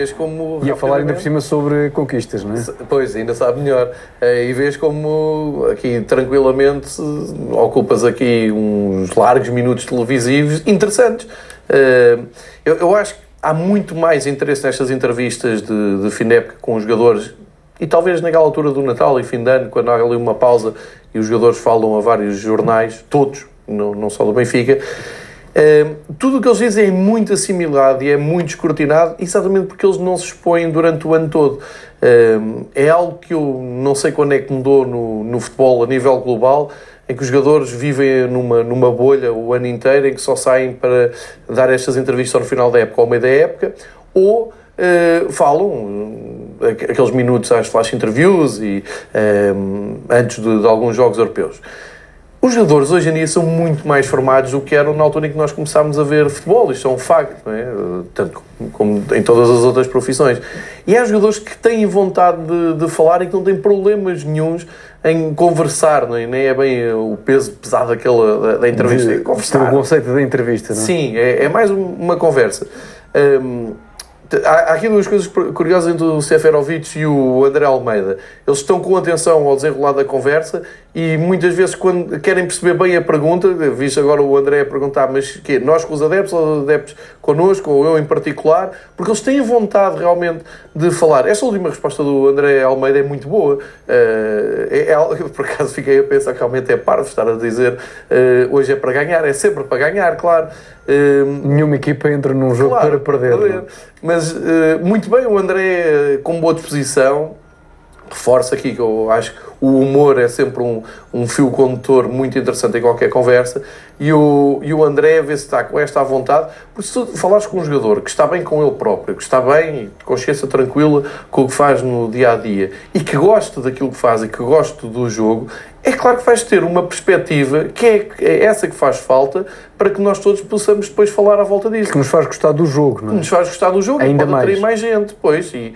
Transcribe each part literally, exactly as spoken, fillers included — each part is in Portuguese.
vês como... E a falar ainda por cima sobre conquistas, não é? Pois, ainda sabe melhor. E vês como aqui, tranquilamente, ocupas aqui uns largos minutos televisivos interessantes. Eu, eu acho que há muito mais interesse nestas entrevistas de, de fim de época com os jogadores, e talvez naquela altura do Natal e fim de ano, quando há ali uma pausa e os jogadores falam a vários jornais, todos, não, não só do Benfica. Uh, tudo o que eles dizem é muito assimilado e é muito escrutinado, exatamente porque eles não se expõem durante o ano todo. Uh, é algo que eu não sei quando é que mudou no, no futebol a nível global, em que os jogadores vivem numa, numa bolha o ano inteiro, em que só saem para dar estas entrevistas no final da época ou ao meio da época, ou uh, falam uh, aqueles minutos às flash interviews e, uh, antes de, de alguns jogos europeus. Os jogadores hoje em dia são muito mais formados do que eram na altura em que nós começámos a ver futebol. Isto é um facto, não é? Tanto como em todas as outras profissões. E há jogadores que têm vontade de, de falar e que não têm problemas nenhuns em conversar, não é? Nem é bem o peso pesado daquela, da, da entrevista. De, é conversar. O conceito da entrevista, não é? Sim, é, é mais uma conversa. Um, Há aqui duas coisas curiosas entre o Seferovic e o André Almeida. Eles estão com atenção ao desenrolar da conversa e muitas vezes, quando querem perceber bem a pergunta, viste agora o André a perguntar, mas quê? Nós com os adeptos ou os adeptos connosco, ou eu em particular, porque eles têm vontade realmente de falar. Esta última resposta do André Almeida é muito boa. É, é, por acaso fiquei a pensar que realmente é parvo estar a dizer hoje é para ganhar, é sempre para ganhar, claro. Nenhuma equipa entra num jogo claro, para perder. perder. Mas uh, muito bem, o André com boa disposição, reforça aqui que eu acho que o humor é sempre um, um fio condutor muito interessante em qualquer conversa, e o, e o André vê se está com esta à vontade, porque se tu falares com um jogador que está bem com ele próprio, que está bem, de consciência tranquila com o que faz no dia-a-dia, e que gosta daquilo que faz e que gosta do jogo, é claro que vais ter uma perspectiva que é, é essa que faz falta para que nós todos possamos depois falar à volta disso. Que nos faz gostar do jogo, não é? Que nos faz gostar do jogo. Ainda e pode atrair mais gente, pois, e...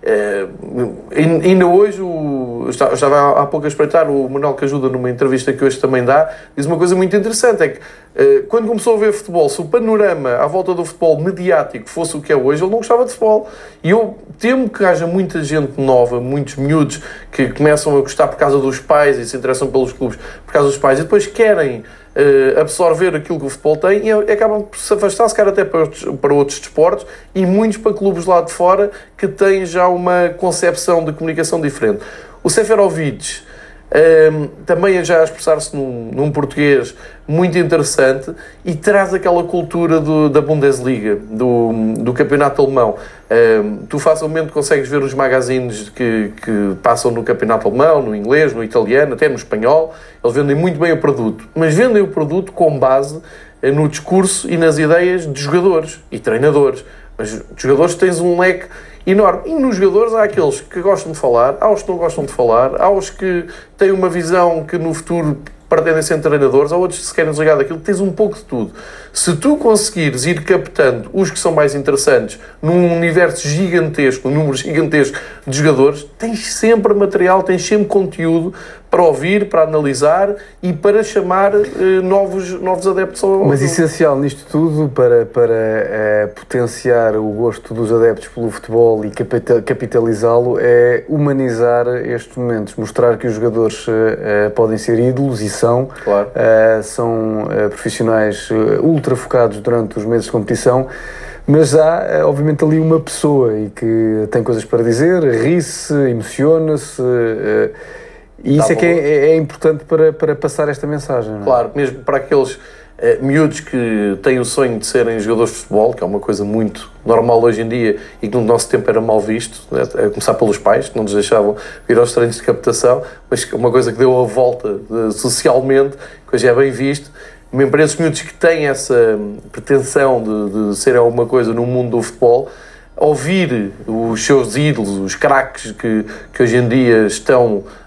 Uh, ainda hoje o, eu estava há pouco a espreitar o Manuel que ajuda numa entrevista que hoje também dá, diz uma coisa muito interessante, é que uh, quando começou a ver futebol, se o panorama à volta do futebol mediático fosse o que é hoje, ele não gostava de futebol, e eu temo que haja muita gente nova, muitos miúdos que começam a gostar por causa dos pais e se interessam pelos clubes por causa dos pais e depois querem Uh, absorver aquilo que o futebol tem e acabam por se afastar, se calhar até para outros, para outros desportos, e muitos para clubes lá de fora que têm já uma concepção de comunicação diferente. O Seferovic um, também é já a expressar-se num, num português muito interessante e traz aquela cultura do, da Bundesliga, do, do campeonato alemão. Um, tu facilmente consegues ver os magazines que, que passam no campeonato alemão, no inglês, no italiano, até no espanhol. Eles vendem muito bem o produto, mas vendem o produto com base no discurso e nas ideias de jogadores e treinadores. Mas de jogadores tens um leque enorme. E nos jogadores há aqueles que gostam de falar, há os que não gostam de falar, há os que têm uma visão que no futuro pretendem ser treinadores, há outros que se querem desligar daquilo. Tens um pouco de tudo. Se tu conseguires ir captando os que são mais interessantes num universo gigantesco, um número gigantesco de jogadores, tens sempre material, tens sempre conteúdo para ouvir, para analisar e para chamar eh, novos, novos adeptos ao... Mas essencial nisto tudo para, para eh, potenciar o gosto dos adeptos pelo futebol e capitalizá-lo é humanizar estes momentos, mostrar que os jogadores eh, podem ser ídolos e são, claro. eh, são eh, profissionais eh, ultra focados durante os meses de competição, mas há obviamente ali uma pessoa e que tem coisas para dizer, ri-se, emociona-se, eh, e isso tá é que é, é importante para, para passar esta mensagem, não é? Claro, mesmo para aqueles eh, miúdos que têm o sonho de serem jogadores de futebol, que é uma coisa muito normal hoje em dia e que no nosso tempo era mal visto, né? A começar pelos pais, que não nos deixavam ir aos treinos de captação, mas uma coisa que deu a volta de, socialmente, que hoje é bem visto. Mesmo para esses miúdos que têm essa pretensão de, de serem alguma coisa no mundo do futebol, ouvir os seus ídolos, os craques que, que hoje em dia estão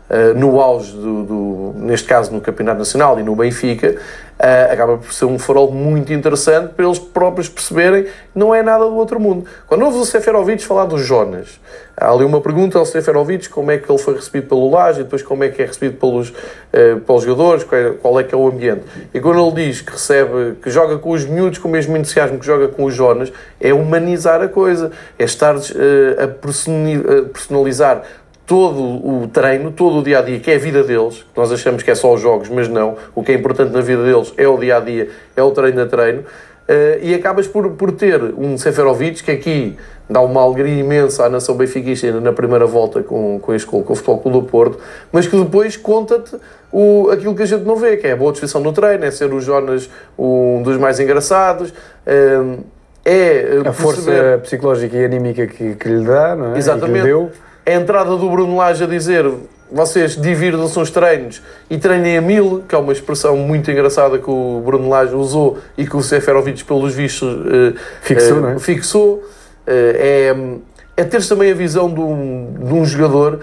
uh, no auge, do, do, neste caso no Campeonato Nacional e no Benfica, Uh, acaba por ser um farol muito interessante para eles próprios perceberem que não é nada do outro mundo. Quando ouves o Seferovic falar do Jonas, há ali uma pergunta ao Seferovic, como é que ele foi recebido pelo Laje e depois como é que é recebido pelos, uh, pelos jogadores, qual é, qual é que é o ambiente. E quando ele diz que recebe, que joga com os miúdos com o mesmo entusiasmo que joga com os Jonas, é humanizar a coisa, é estar uh, a personalizar todo o treino, todo o dia-a-dia, que é a vida deles. Nós achamos que é só os jogos, mas não. O que é importante na vida deles é o dia-a-dia, é o treino a treino. Uh, e acabas por, por ter um Seferovic que aqui dá uma alegria imensa à nação benfiquista ainda na primeira volta com, com este gol, com o Futebol Clube do Porto, mas que depois conta-te o, aquilo que a gente não vê, que é a boa disposição no treino, é ser o Jonas um dos mais engraçados, uh, é a força psicológica e anímica que, que lhe dá, não é? Exatamente. E que lhe deu. A entrada do Bruno Lage a dizer: vocês divirtam-se nos treinos e treinem a mil, que é uma expressão muito engraçada que o Bruno Lage usou e que o Seferovic, pelos vistos, uh, fixou, uh, não é? fixou. Uh, é, é ter também a visão de um, de um jogador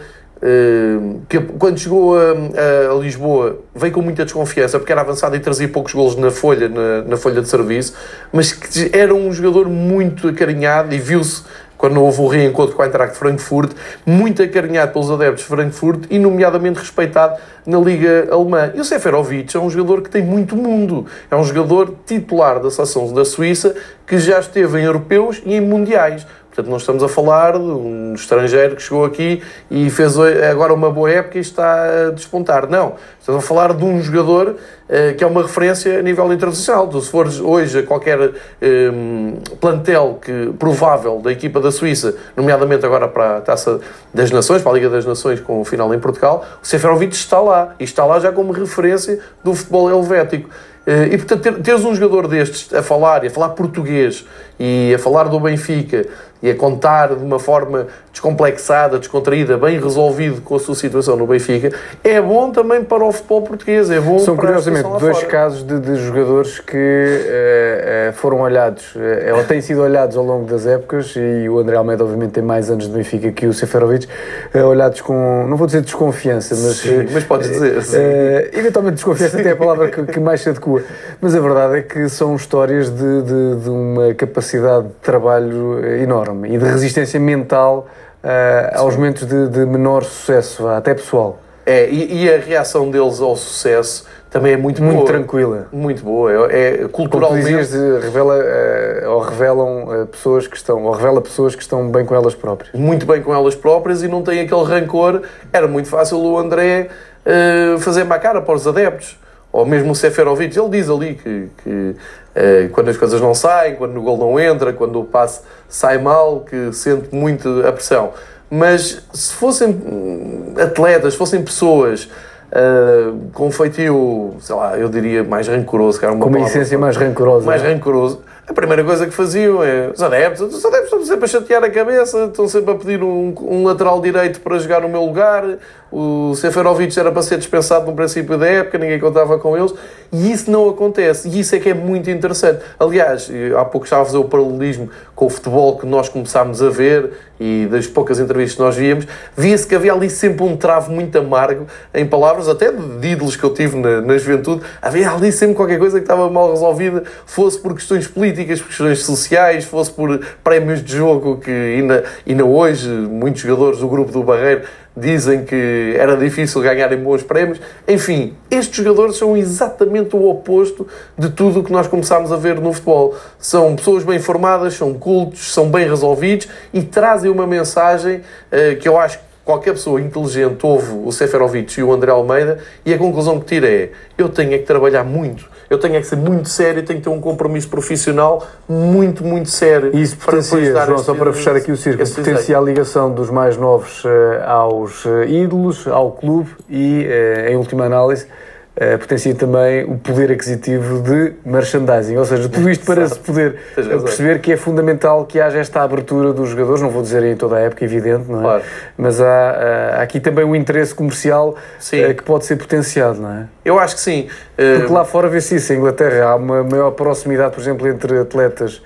uh, que, quando chegou a, a Lisboa, veio com muita desconfiança, porque era avançado e trazia poucos golos na folha, na, na folha de serviço, mas que era um jogador muito acarinhado e viu-se quando houve o reencontro com a Eintracht Frankfurt, muito acarinhado pelos adeptos de Frankfurt e nomeadamente respeitado na Liga Alemã. E o Seferovic é um jogador que tem muito mundo. É um jogador titular da seleção da Suíça que já esteve em europeus e em mundiais. Portanto, não estamos a falar de um estrangeiro que chegou aqui e fez agora uma boa época e está a despontar. Não. Estamos a falar de um jogador uh, que é uma referência a nível internacional. Tu, se fores hoje a qualquer um, plantel que, provável da equipa da Suíça, nomeadamente agora para a Taça das Nações, para a Liga das Nações com o final em Portugal, o Seferovic está lá. E está lá já como referência do futebol helvético. E, portanto, ter, teres um jogador destes a falar, e a falar português, e a falar do Benfica, e a contar de uma forma descomplexada, descontraída, bem resolvido com a sua situação no Benfica, é bom também para o futebol português, é bom São, para curiosamente, dois fora. casos de, de jogadores que uh, uh, foram olhados, uh, ou têm sido olhados ao longo das épocas, e o André Almeida, obviamente, tem mais anos de Benfica que o Seferovic, uh, olhados com, não vou dizer desconfiança, mas... Sim, mas podes dizer. Uh, uh, eventualmente desconfiança até é a palavra que, que mais se adequa. Mas a verdade é que são histórias de, de, de uma capacidade de trabalho enorme e de resistência mental uh, aos momentos de, de menor sucesso, até pessoal. É, e, e a reação deles ao sucesso também é muito, muito boa. tranquila. Muito boa. É, é culturalmente... Como tu dizias, revela, uh, ou revelam uh, pessoas que estão, ou revela pessoas que estão bem com elas próprias. Muito bem com elas próprias e não têm aquele rancor. Era muito fácil o André uh, fazer má cara para os adeptos. Ou mesmo o Seferovic, ele diz ali que, que uh, quando as coisas não saem, quando o gol não entra, quando o passe sai mal, que sente muito a pressão. Mas se fossem atletas, se fossem pessoas uh, com um feitio, sei lá, eu diria mais rancoroso, que era uma com uma essência mais rancorosa. Mais rancoroso. A primeira coisa que faziam é os adeptos, os adeptos estão sempre a chatear a cabeça, estão sempre a pedir um, um lateral direito para jogar no meu lugar. O Seferovic era para ser dispensado no princípio da época, ninguém contava com eles, e isso não acontece, e isso é que é muito interessante. Aliás, há pouco estava a fazer o paralelismo com o futebol que nós começámos a ver, e das poucas entrevistas que nós víamos, via-se que havia ali sempre um travo muito amargo, em palavras até de ídolos que eu tive na, na juventude, havia ali sempre qualquer coisa que estava mal resolvida, fosse por questões políticas, por questões sociais, fosse por prémios de jogo, que ainda, ainda hoje muitos jogadores do grupo do Barreiro dizem que era difícil ganharem bons prémios. Enfim, estes jogadores são exatamente o oposto de tudo o que nós começámos a ver no futebol. São pessoas bem formadas, são cultos, são bem resolvidos e trazem uma mensagem uh, que eu acho que qualquer pessoa inteligente ouve o Seferovic e o André Almeida e a conclusão que tira é: eu tenho é que trabalhar muito, eu tenho é que ser muito sério, tenho que ter um compromisso profissional muito, muito sério. E isso potencia, João, só para fechar aqui o círculo, potencia a ligação dos mais novos uh, aos uh, ídolos, ao clube e, uh, em última análise, Uh, potencia também o poder aquisitivo de merchandising, ou seja, tudo isto para se poder perceber que é fundamental que haja esta abertura dos jogadores, não vou dizer em toda a época, evidente, não é? Claro. Mas há, uh, há aqui também um interesse comercial uh, que pode ser potenciado, não é? Eu acho que sim. Uh... Porque lá fora vê-se isso, em Inglaterra há uma maior proximidade, por exemplo, entre atletas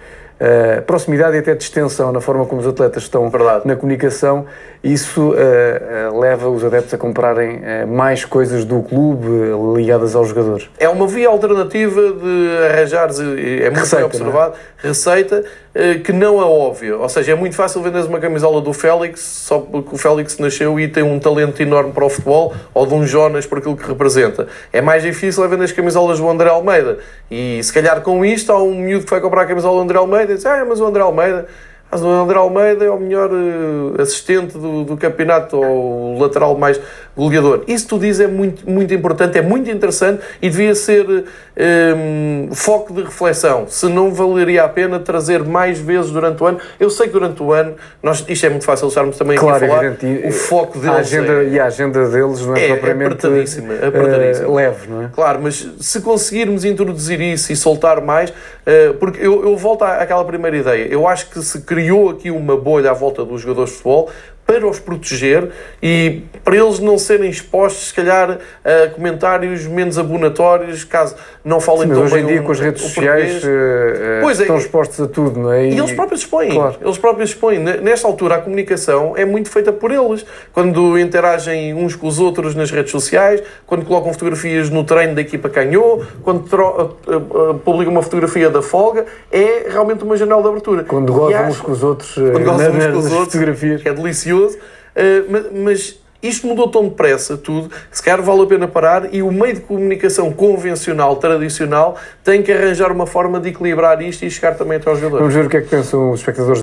uh, proximidade e até distensão na forma como os atletas estão Verdade. na comunicação, isso uh, uh, leva os adeptos a comprarem uh, mais coisas do clube uh, ligadas aos jogadores. É uma via alternativa de arranjares, é muito Receita, bem observado, é? receita, que não é óbvia. Ou seja, é muito fácil venderes uma camisola do Félix só porque o Félix nasceu e tem um talento enorme para o futebol, ou de um Jonas por aquilo que representa. É mais difícil é vender as camisolas do André Almeida. E se calhar com isto há um miúdo que vai comprar a camisola do André Almeida e diz, ah, mas o André Almeida... Mas o André Almeida é o melhor uh, assistente do, do campeonato, ou o lateral mais goleador. Isso tu dizes é muito, muito importante, é muito interessante e devia ser um, foco de reflexão. Se não valeria a pena trazer mais vezes durante o ano. Eu sei que durante o ano, nós, isto é muito fácil estarmos também claro, aqui a falar, evidente. o foco deles a agenda, é... E a agenda deles não é, é propriamente apertadíssima, apertadíssima. Uh, leve, não é? Claro, mas se conseguirmos introduzir isso e soltar mais, uh, porque eu, eu volto à, àquela primeira ideia, eu acho que se criou aqui uma bolha à volta dos jogadores de futebol para os proteger e para eles não serem expostos, se calhar, a comentários menos abonatórios, caso não falem Sim, tão hoje bem em dia um, com as redes um sociais uh, pois estão é, expostos a tudo, não é? E, e eles próprios expõem. Claro. Eles próprios expõem. Nesta altura, a comunicação é muito feita por eles. Quando interagem uns com os outros nas redes sociais, quando colocam fotografias no treino da equipa que ganhou, quando tro- uh, uh, publicam uma fotografia da folga, é realmente uma janela de abertura. Quando gozam uns com os outros, uh, quando gozam uns com os outros, fotografias. Que é delicioso. Uh, mas, mas isto mudou tão depressa tudo, que se calhar vale a pena parar e o meio de comunicação convencional, tradicional, tem que arranjar uma forma de equilibrar isto e chegar também até aos jogadores. Vamos ver o que é que pensam os espectadores.